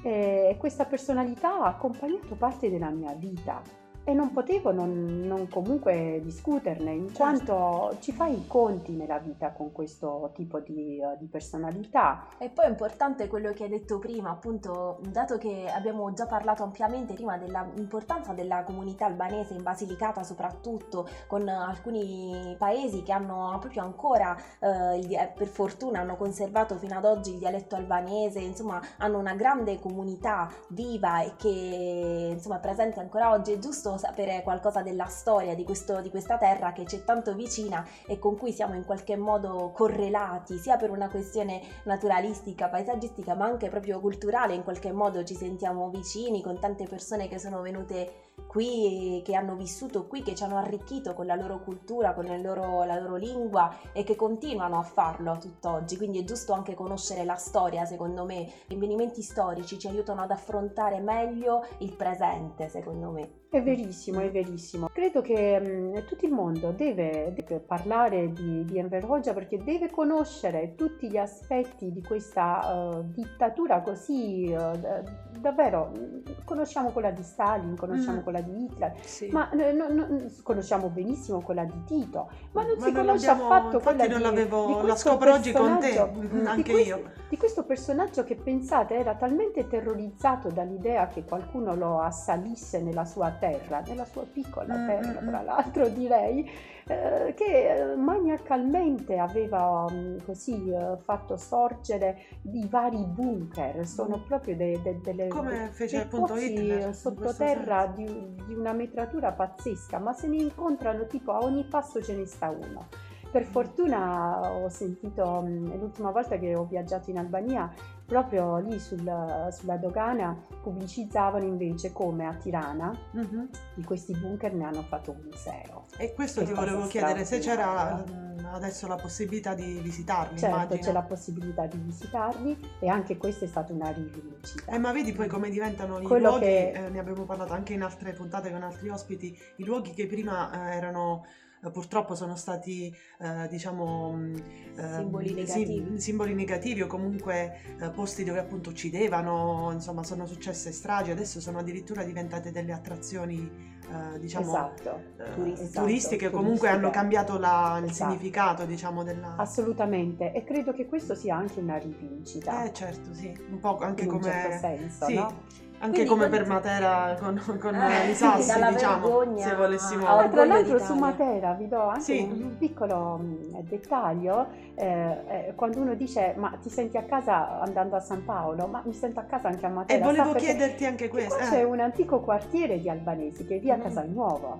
E questa personalità ha accompagnato parte della mia vita e non potevo non, non comunque discuterne, in quanto ci fai i conti nella vita con questo tipo di, uh, di personalità. E poi è importante quello che hai detto prima, appunto, dato che abbiamo già parlato ampiamente prima dell'importanza della comunità albanese in Basilicata, soprattutto con alcuni paesi che hanno proprio ancora, eh, il, per fortuna, hanno conservato fino ad oggi il dialetto albanese, insomma hanno una grande comunità viva e che insomma è presente ancora oggi. È giusto sapere qualcosa della storia di, questo, di questa terra che c'è tanto vicina e con cui siamo in qualche modo correlati, sia per una questione naturalistica, paesaggistica, ma anche proprio culturale. In qualche modo ci sentiamo vicini con tante persone che sono venute qui, che hanno vissuto qui, che ci hanno arricchito con la loro cultura, con il loro, la loro lingua e che continuano a farlo a tutt'oggi. Quindi è giusto anche conoscere la storia, secondo me. Gli avvenimenti storici ci aiutano ad affrontare meglio il presente, secondo me. È verissimo, è verissimo. Credo che mh, tutto il mondo deve, deve parlare di, di Enver Hoxha, perché deve conoscere tutti gli aspetti di questa uh, dittatura così uh, davvero. Mh, conosciamo quella di Stalin, conosciamo mm. quella di Hitler, Sì. ma no, no, no, conosciamo benissimo quella di Tito, ma non Ma si non conosce l'abbiamo- affatto infatti quella non di, l'avevo- di la questo scopro oggi con te, personaggio, mm, anche di questo- io. di questo personaggio che, pensate, era talmente terrorizzato dall'idea che qualcuno lo assalisse nella sua terra, nella sua piccola Mm, terra, mm, tra mm. l'altro direi, eh, che eh, maniacalmente aveva mh, così eh, fatto sorgere di vari bunker. Sono proprio de- de- delle Come fece dei appunto pozzi Hitler, in sottoterra questo di, di una metratura pazzesca, ma se ne incontrano tipo a ogni passo ce ne sta uno. Per fortuna ho sentito, mh, l'ultima volta che ho viaggiato in Albania, proprio lì sul- sulla dogana pubblicizzavano invece come a Tirana Mhm. di questi bunker ne hanno fatto un museo. E questo Che ti cosa volevo chiedere, se c'era straordinaria. mm, adesso la possibilità di visitarli, Certo, immagino. c'è la possibilità di visitarli e anche questa è stata una rivincita. Eh, ma vedi poi come diventano i Quello luoghi, che- eh, ne abbiamo parlato anche in altre puntate con altri ospiti, i luoghi che prima eh, erano, eh, purtroppo sono stati, eh, diciamo, mh, eh, Simboli sì, negativi. simboli negativi o comunque eh, posti dove appunto uccidevano, insomma sono successe stragi, adesso sono addirittura diventate delle attrazioni, eh, diciamo, Esatto. eh, Turistiche. turistiche, Esatto, comunque hanno turistiche. cambiato la- il Esatto. significato, diciamo, della... Assolutamente, e credo che questo sia anche una rivincita. Eh certo, sì, un po' anche in un come... certo senso, sì. no? Anche Quindi come quanti- per Matera con, con Eh, i sassi, dalla diciamo, vergogna se volessimo... a Ah, tra orgoglio l'altro d'Italia. su Matera vi do anche Sì. un piccolo mh, dettaglio, eh, eh, quando uno dice ma ti senti a casa andando a San Paolo, ma mi sento a casa anche a Matera. E volevo sa, perché- chiederti anche perché questo. qua eh. c'è un antico quartiere di albanesi che è via Mm. Casalnuovo. Ah,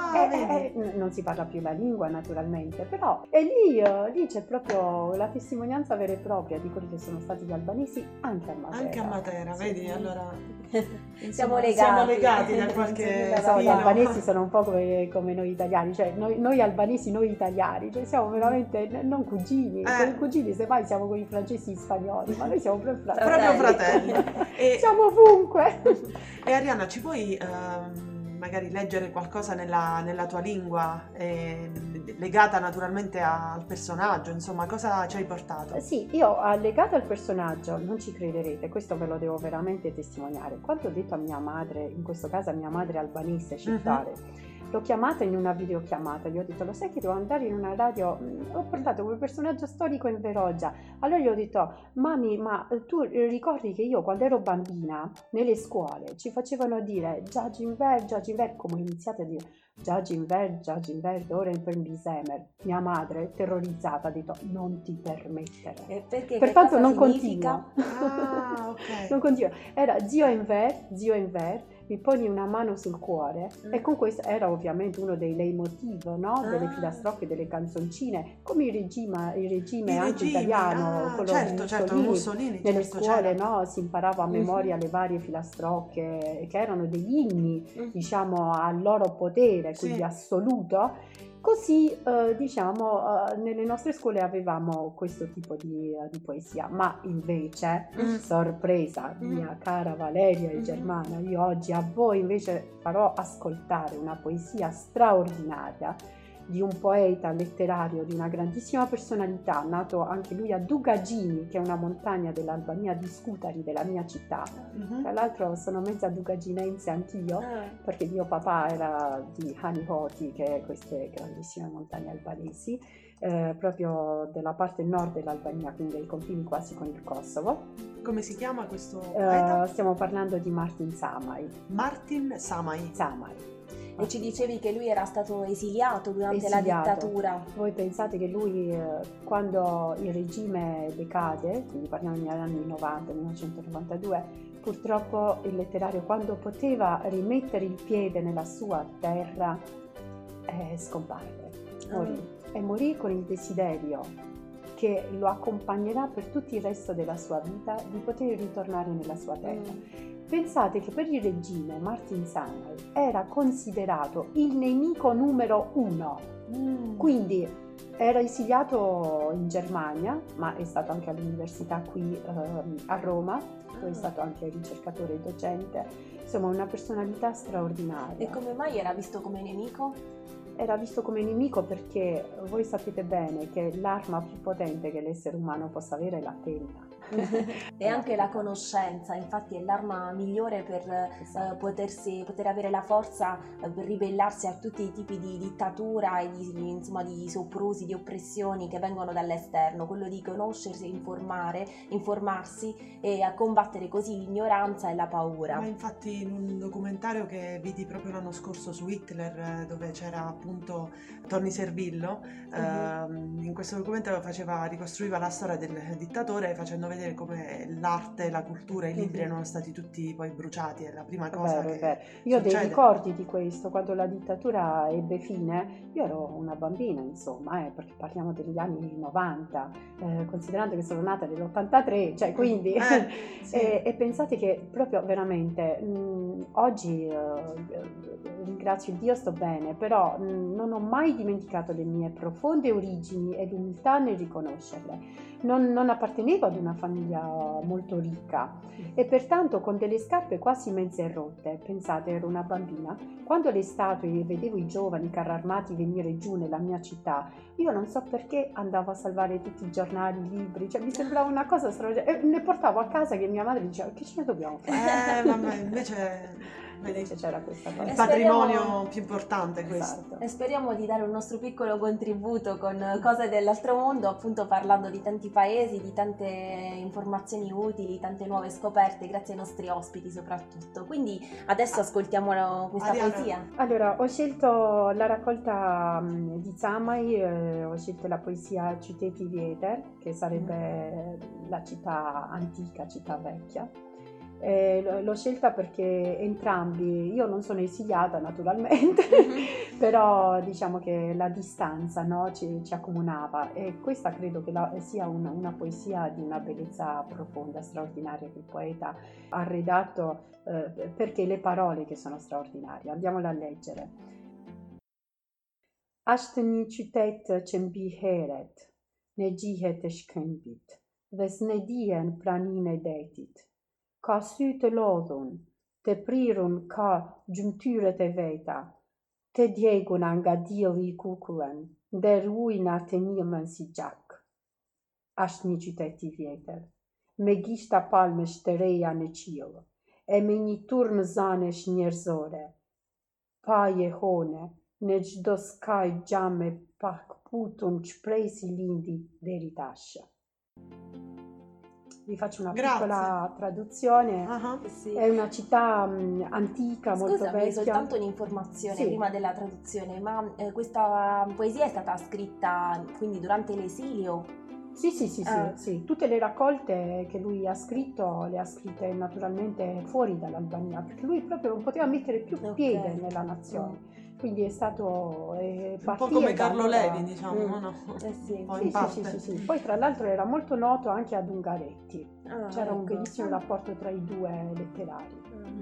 Ah, Eh, vedi? eh, eh, non si parla più la lingua naturalmente, però e lì, eh, lì c'è proprio la testimonianza vera e propria di quelli che sono stati gli albanesi anche a Matera. Anche a Matera, Sì. vedi? Allora Siamo insomma, legati. siamo legati da qualche So, gli filo. albanesi sono un po' come, come noi italiani, cioè noi, noi albanesi, noi italiani, cioè siamo veramente n- non cugini, Eh. con i cugini semmai siamo con i francesi e spagnoli, ma noi siamo proprio fratelli. Proprio fratelli. E, Siamo ovunque. e Arianna, ci puoi ehm, magari leggere qualcosa nella, nella tua lingua, ehm, legata naturalmente al personaggio, insomma, cosa ci hai portato? Sì, io allegato al personaggio, non ci crederete, questo ve lo devo veramente testimoniare. Quando ho detto a mia madre, in questo caso a mia madre albanese, Cittare, l'ho chiamata in una videochiamata, gli ho detto, lo sai che devo andare in una radio, mm, ho portato quel personaggio storico in Veroggia. Allora gli ho detto, mami, ma eh, tu ricordi che io quando ero bambina, nelle scuole, ci facevano dire, Giaginver, Giaginver, come ho iniziato a dire, Giaginver, Giaginver, ora in Permisemer. Mia madre, terrorizzata, ha detto, non ti permettere. E perché Per che tanto cosa non significa? continua. Ah, ok. Non continua. Era zio Enver, zio Enver, mi poni una mano sul cuore. Mm. E con questo era ovviamente uno dei leitmotiv, no? Delle Ah. filastrocche, delle canzoncine, come il regime, il regime I anche regimi, italiano, ah, quello certo, di certo, Mussolini. Mussolini, Nelle certo, scuole, c'era. no? Si imparava a memoria Mhm. le varie filastrocche che erano degli inni, Mm. diciamo, al loro potere, Sì. quindi assoluto. Così, eh, diciamo, eh, nelle nostre scuole avevamo questo tipo di, eh, di poesia, ma invece, Mm. sorpresa, Mm. mia cara Valeria e Mhm. Germana, io oggi a voi invece farò ascoltare una poesia straordinaria di un poeta letterario di una grandissima personalità, nato anche lui a Dugagini, che è una montagna dell'Albania di Scutari, della mia città. Mhm. Tra l'altro sono mezza dugaginense anch'io, Ah. perché mio papà era di Hanihoti, che è queste grandissime montagne albanesi, eh, proprio della parte nord dell'Albania, quindi ai confini quasi con il Kosovo. Come si chiama questo Eh, poeta? stiamo parlando di Martin Samai. Martin Samai. Samai. E ci dicevi che lui era stato esiliato durante la Esiliato. dittatura. Voi pensate che lui, eh, quando il regime decade, quindi parliamo degli anni novanta, millenovecentonovantadue, purtroppo il letterario, quando poteva rimettere il piede nella sua terra, eh, scomparve, morì. E morì con il desiderio che lo accompagnerà per tutto il resto della sua vita di poter ritornare nella sua terra. Mm. Pensate che per il regime Martin Samai era considerato il nemico numero uno, Mm. quindi era esiliato in Germania, ma è stato anche all'università qui ehm, a Roma, dove è stato anche ricercatore e docente, insomma una personalità straordinaria. E come mai era visto come nemico? Era visto come nemico perché voi sapete bene che l'arma più potente che l'essere umano possa avere è la penna. E anche la conoscenza, infatti è l'arma migliore per eh, Esatto. potersi, poter avere la forza eh, per ribellarsi a tutti i tipi di dittatura e di, insomma, di soprusi, di oppressioni che vengono dall'esterno, quello di conoscersi, informare, informarsi e a combattere così l'ignoranza e la paura. Ma infatti in un documentario che vidi proprio l'anno scorso su Hitler, eh, dove c'era appunto Tony Servillo, ehm, in questo documentario faceva, ricostruiva la storia del dittatore facendo vedere come l'arte, la cultura, i libri Mhm. erano stati tutti poi bruciati, è la prima È cosa vero, che è vero. Io ho dei succede. ricordi di questo, quando la dittatura ebbe fine, io ero una bambina, insomma, eh, perché parliamo degli anni novanta, eh, considerando che sono nata nell'ottantatré, cioè quindi... Eh, sì. e, e pensate che proprio veramente mh, oggi eh, ringrazio Dio, sto bene, però mh, non ho mai dimenticato le mie profonde origini e l'umiltà nel riconoscerle. Non, non appartenevo ad una famiglia molto ricca e pertanto con delle scarpe quasi mezze rotte, pensate, ero una bambina, quando le statue vedevo i giovani carri armati venire giù nella mia città, io non so perché andavo a salvare tutti i giornali, i libri, cioè mi sembrava una cosa straordinaria e ne portavo a casa che mia madre diceva che ce ne dobbiamo fare? Eh, mamma, invece, vedi, Invece c'era questa il cosa. E patrimonio speriamo- più importante è questo. Esatto. E speriamo di dare un nostro piccolo contributo con cose dell'altro mondo, appunto parlando di tanti paesi, di tante informazioni utili, tante nuove scoperte, grazie ai nostri ospiti soprattutto. Quindi adesso ascoltiamo questa Arianna. poesia. Allora, ho scelto la raccolta mh, di Zamai, eh, ho scelto la poesia Citeti Vieter, che sarebbe la città antica, città vecchia. Eh, eh, l- l'ho scelta perché entrambi, io non sono esiliata naturalmente, Mhm. però diciamo che la distanza, no, ci, ci accomunava, e questa credo che la- sia una, una poesia di una bellezza profonda, straordinaria, che il poeta ha redatto, eh, perché le parole che sono straordinarie. Andiamola a leggere. Ashtë një qytet që mbi heret, në gjihet e shkëmbit, dhe s'ne dijen praninë e detit. Ka sy të lodhun, të prirun ka gjymtyrët e veta, të djeguna nga dielli i kukullën, ndër ujna të njëmën si gjak. Ashtë një qytet i vjetër, me gishta palmesh të reja në qiell, e me një turmë zanesh njerëzore, pa jehone, në gjdo skaj gjame pak putun që si lindi deri tash. Vi faccio una Grazie. piccola traduzione. Ah, Sì. È una città mh, antica, molto Scusami, vecchia. soltanto un'informazione Sì. prima della traduzione, ma eh, questa poesia è stata scritta quindi durante l'esilio? Sì, sì, sì, sì, Ah. sì. Tutte le raccolte che lui ha scritto le ha scritte naturalmente fuori dall'Albania, perché lui proprio non poteva mettere più Ok. piede nella nazione. Quindi è stato eh, un po' partire come da Carlo allora- Levi, diciamo, Mm. no? Eh sì. Un po' Sì, in sì, sì, parte. sì, sì. Poi tra l'altro era molto noto anche ad Ungaretti. Ah, C'era un ecco. bellissimo rapporto tra i due letterari.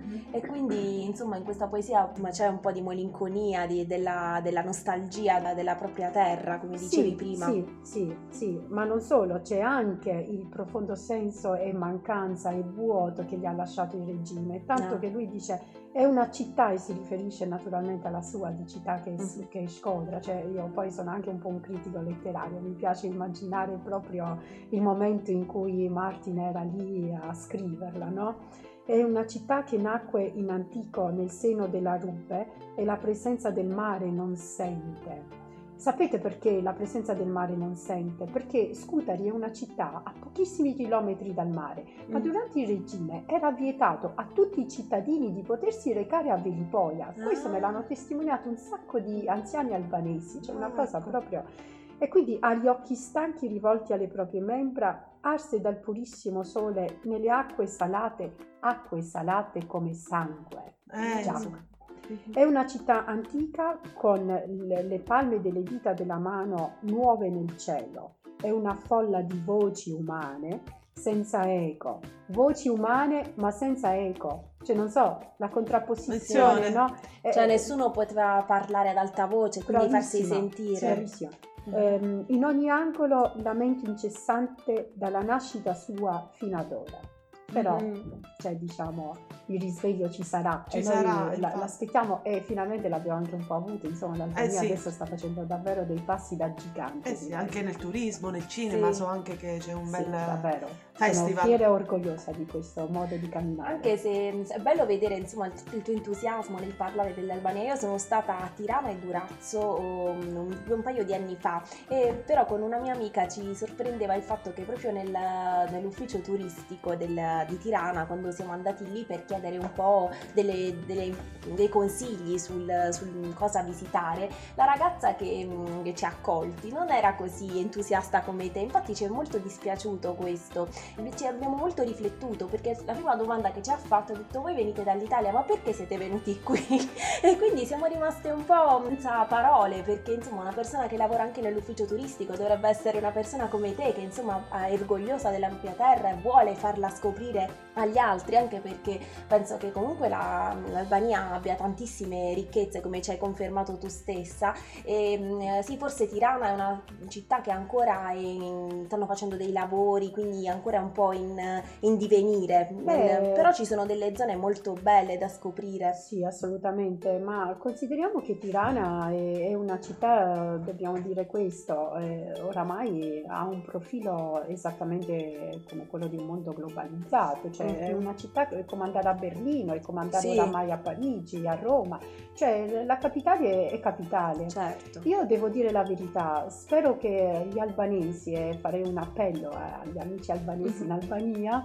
E quindi insomma in questa poesia ma c'è un po' di malinconia, di- della, della nostalgia da- della propria terra, come dicevi Sì, prima. sì, sì, sì, ma non solo, c'è anche il profondo senso e mancanza e vuoto che gli ha lasciato il regime, tanto Ah. che lui dice è una città, e si riferisce naturalmente alla sua di città che è, Mhm. che è Shkodra, cioè io poi sono anche un po' un critico letterario, mi piace immaginare proprio il momento in cui Martin era lì a scriverla, no? È una città che nacque in antico nel seno della rupe e la presenza del mare non sente. Sapete perché la presenza del mare non sente? Perché Scutari è una città a pochissimi chilometri dal mare, ma Mm. durante il regime era vietato a tutti i cittadini di potersi recare a Velipoia. Questo Ah. me l'hanno testimoniato un sacco di anziani albanesi, cioè una Ah, cosa ecco. proprio... E quindi agli occhi stanchi rivolti alle proprie membra, arse dal purissimo sole nelle acque salate, acque salate come sangue. Eh, Già. insomma. È una città antica con le, le palme delle dita della mano nuove nel cielo. È una folla di voci umane senza eco. Voci umane ma senza eco. Cioè non so, la contrapposizione, Attenzione. no? Cioè Eh, nessuno poteva parlare ad alta voce, quindi farsi bravissima, sentire. bravissima. Ehm, in ogni angolo lamento incessante dalla nascita sua fino ad ora. Però, Mhm. cioè, diciamo, il risveglio ci sarà Ci e noi sarà, la- infatti. l'aspettiamo, e finalmente l'abbiamo anche un po' avuto. Insomma, l'Albania Eh sì. adesso sta facendo davvero dei passi da gigante. Eh sì, direi. anche nel turismo, nel cinema, Sì. so anche che c'è un Sì, bel davvero. festival. Sono fiera e orgogliosa di questo modo di camminare. Anche se è bello vedere insomma il, il tuo entusiasmo nel parlare dell'Albania. Io sono stata a Tirana e Durazzo um, un, un paio di anni fa, e però con una mia amica ci sorprendeva il fatto che proprio nel, nell'ufficio turistico del- di Tirana, quando siamo andati lì per chiedere un po' delle- delle- dei consigli sul, sul cosa visitare, la ragazza che, mm, che ci ha accolti non era così entusiasta come te. Infatti ci è molto dispiaciuto questo. Ci abbiamo molto riflettuto, perché la prima domanda che ci ha fatto ha detto: voi venite dall'Italia, ma perché siete venuti qui? E quindi siamo rimaste un po' senza parole, perché insomma una persona che lavora anche nell'ufficio turistico dovrebbe essere una persona come te, che insomma è orgogliosa della propria terra e vuole farla scoprire agli altri, anche perché penso che comunque la- l'Albania abbia tantissime ricchezze, come ci hai confermato tu stessa. E mh, sì, forse Tirana è una città che ancora è in- stanno facendo dei lavori, quindi ancora è un po' in, in divenire. Beh. Eh, però ci sono delle zone molto belle da scoprire. Sì, assolutamente, ma consideriamo che Tirana è, è una città, dobbiamo dire questo, eh, oramai ha un profilo esattamente come quello di un mondo globalizzato, cioè è Mhm. una città che è come andare a Berlino, è come andare Sì. oramai a Parigi, a Roma, cioè la capitale è, è capitale. Certo. Io devo dire la verità, spero che gli albanesi, e farei un appello agli amici albanesi in Albania,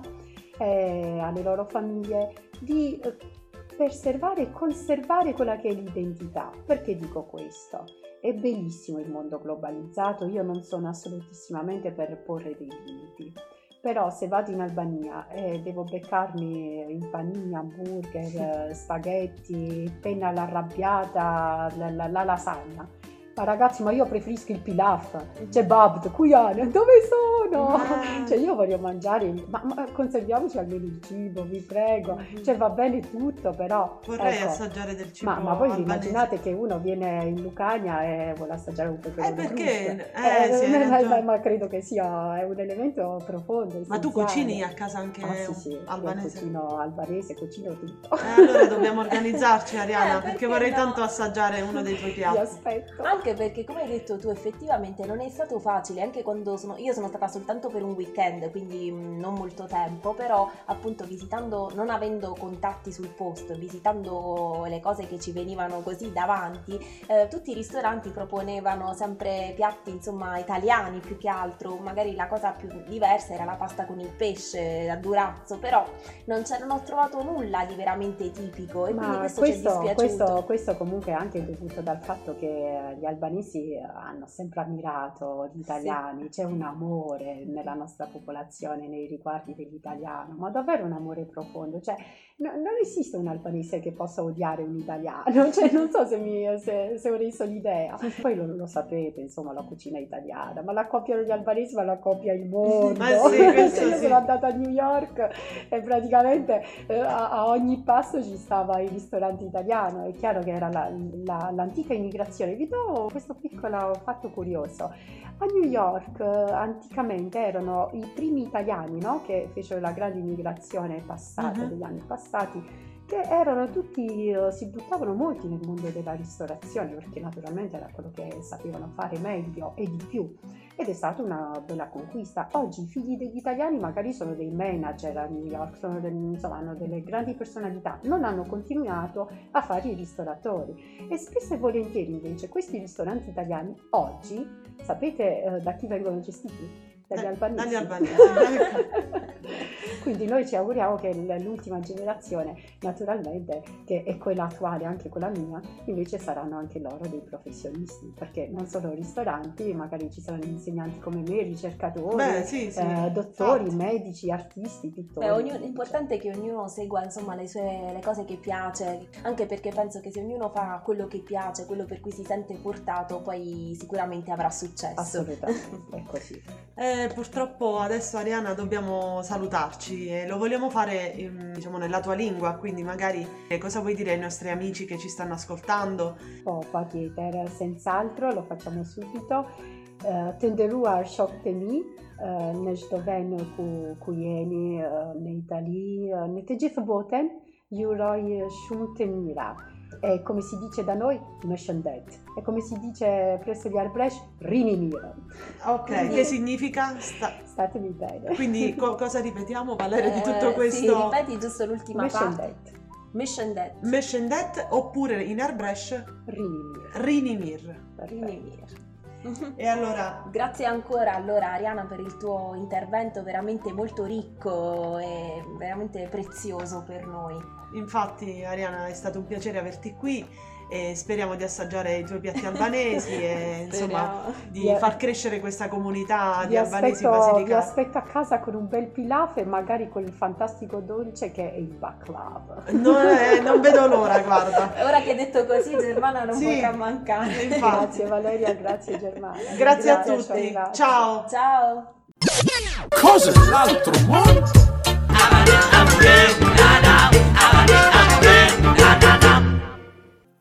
e alle loro famiglie, di eh, preservare e conservare quella che è l'identità. Perché dico questo? È bellissimo il mondo globalizzato, io non sono assolutissimamente per porre dei limiti, Però se vado in Albania e devo beccarmi i panini, hamburger, eh, spaghetti, penna all'arrabbiata, la, la, la lasagna, ma ragazzi, ma io preferisco il pilaf, c'è Babd, Kuyan, dove sono? Ah. Cioè io voglio mangiare, ma, ma conserviamoci almeno il cibo, vi prego, cioè va bene tutto, però Vorrei ecco, assaggiare del cibo ma, ma voi vi albanese. immaginate che uno viene in Lucania e vuole assaggiare un peperone Eh, perché? russo? Eh, sì, hai ma, ragione. ma- ma credo che sia è un elemento profondo. Ma tu essenziale. cucini a casa anche Ah, sì, sì, io albanese? cucino albanese, cucino tutto. Eh, allora dobbiamo organizzarci, Ariana, Eh, perché perché vorrei no? tanto assaggiare uno dei tuoi Vi piatti. aspetto. Anche perché, come hai detto tu, effettivamente non è stato facile, anche quando sono io sono stata soltanto per un weekend, quindi mh, non molto tempo, però appunto visitando, non avendo contatti sul posto, visitando le cose che ci venivano così davanti, eh, tutti i ristoranti proponevano sempre piatti, insomma, italiani più che altro. Magari la cosa più diversa era la pasta con il pesce a durazzo, però non, c'è, non ho trovato nulla di veramente tipico, e quindi Ma questo, ci è questo, dispiaciuto. questo, questo comunque è anche dovuto dal fatto che gli albanesi hanno sempre ammirato gli italiani, c'è un amore nella nostra popolazione nei riguardi dell'italiano, ma davvero un amore profondo, cioè no- non esiste un albanese che possa odiare un italiano, cioè non so se, mi, se, se ho reso l'idea. Poi lo, lo sapete, insomma, la cucina italiana, ma la copiano gli albanesi, ma la copia il mondo. Ma sì, questo Io sì. sono andata a New York e praticamente eh, a, a ogni passo ci stava il ristorante italiano. È chiaro che era la- la- l'antica immigrazione. Vi do questo piccolo fatto curioso. A New York eh, anticamente erano i primi italiani, no? Che fecero la grande immigrazione passata, Mhm. degli anni passati, che erano tutti, eh, si buttavano molti nel mondo della ristorazione, perché naturalmente era quello che sapevano fare meglio e di più, ed è stata una bella conquista. Oggi i figli degli italiani magari sono dei manager a New York, sono del- insomma, hanno delle grandi personalità, non hanno continuato a fare i ristoratori, e spesso e volentieri invece questi ristoranti italiani oggi, sapete eh, da chi vengono gestiti? Dagli Eh, albanesi. dagli albanesi, ecco. Quindi noi ci auguriamo che l- l'ultima generazione, naturalmente, che è quella attuale, anche quella mia, invece saranno anche loro dei professionisti, perché non solo ristoranti, magari ci saranno insegnanti come me, ricercatori, Beh, sì, sì, eh, dottori, infatti. medici, artisti, pittori. Beh, ognuno- l'importante è che ognuno segua, insomma, le sue le cose che piace, anche perché penso che se ognuno fa quello che piace, quello per cui si sente portato, poi sicuramente avrà successo. Assolutamente, è così. Eh, purtroppo adesso, Ariana, dobbiamo salutarci e lo vogliamo fare ehm, diciamo nella tua lingua, quindi magari eh, cosa vuoi dire ai nostri amici che ci stanno ascoltando? Oh, Pieter, senz'altro, lo facciamo subito. Uh, Tenderuar shoktemi, uh, nesh doven ku, ku jeni uh, në Itali, uh, në të gjithë botën, ju uroj shumë të mira. E come si dice da noi, më shëndet. E come si dice presso gli Arbresh, rini mirë. Ok, che significa? Sta- Statemi bene. Quindi co- cosa ripetiamo, Valeria, di tutto Eh, questo? Sì, ripeti giusto l'ultima Më parte. shëndet. Mishendet. Meshendet, oppure in Arbresh Rini mirë. Rinimir. Rinimir. E allora, Grazie ancora allora Ariana per il tuo intervento veramente molto ricco e veramente prezioso per noi. infatti, Ariana, è stato un piacere averti qui e speriamo di assaggiare i tuoi piatti albanesi e insomma Speriamo. di Vi- far crescere questa comunità di Vi albanesi aspetto, vi basilicati. aspetto a casa con un bel pilaf e magari con il fantastico dolce che è il baklava. No, eh, non vedo l'ora, guarda. Ora che hai detto così, Germana non Sì, potrà mancare. infatti. Grazie Valeria, grazie Germania. Grazie a Grazie, tutti. grazie. Ciao. Ciao. Cose dell'altro mondo. Abba, abba,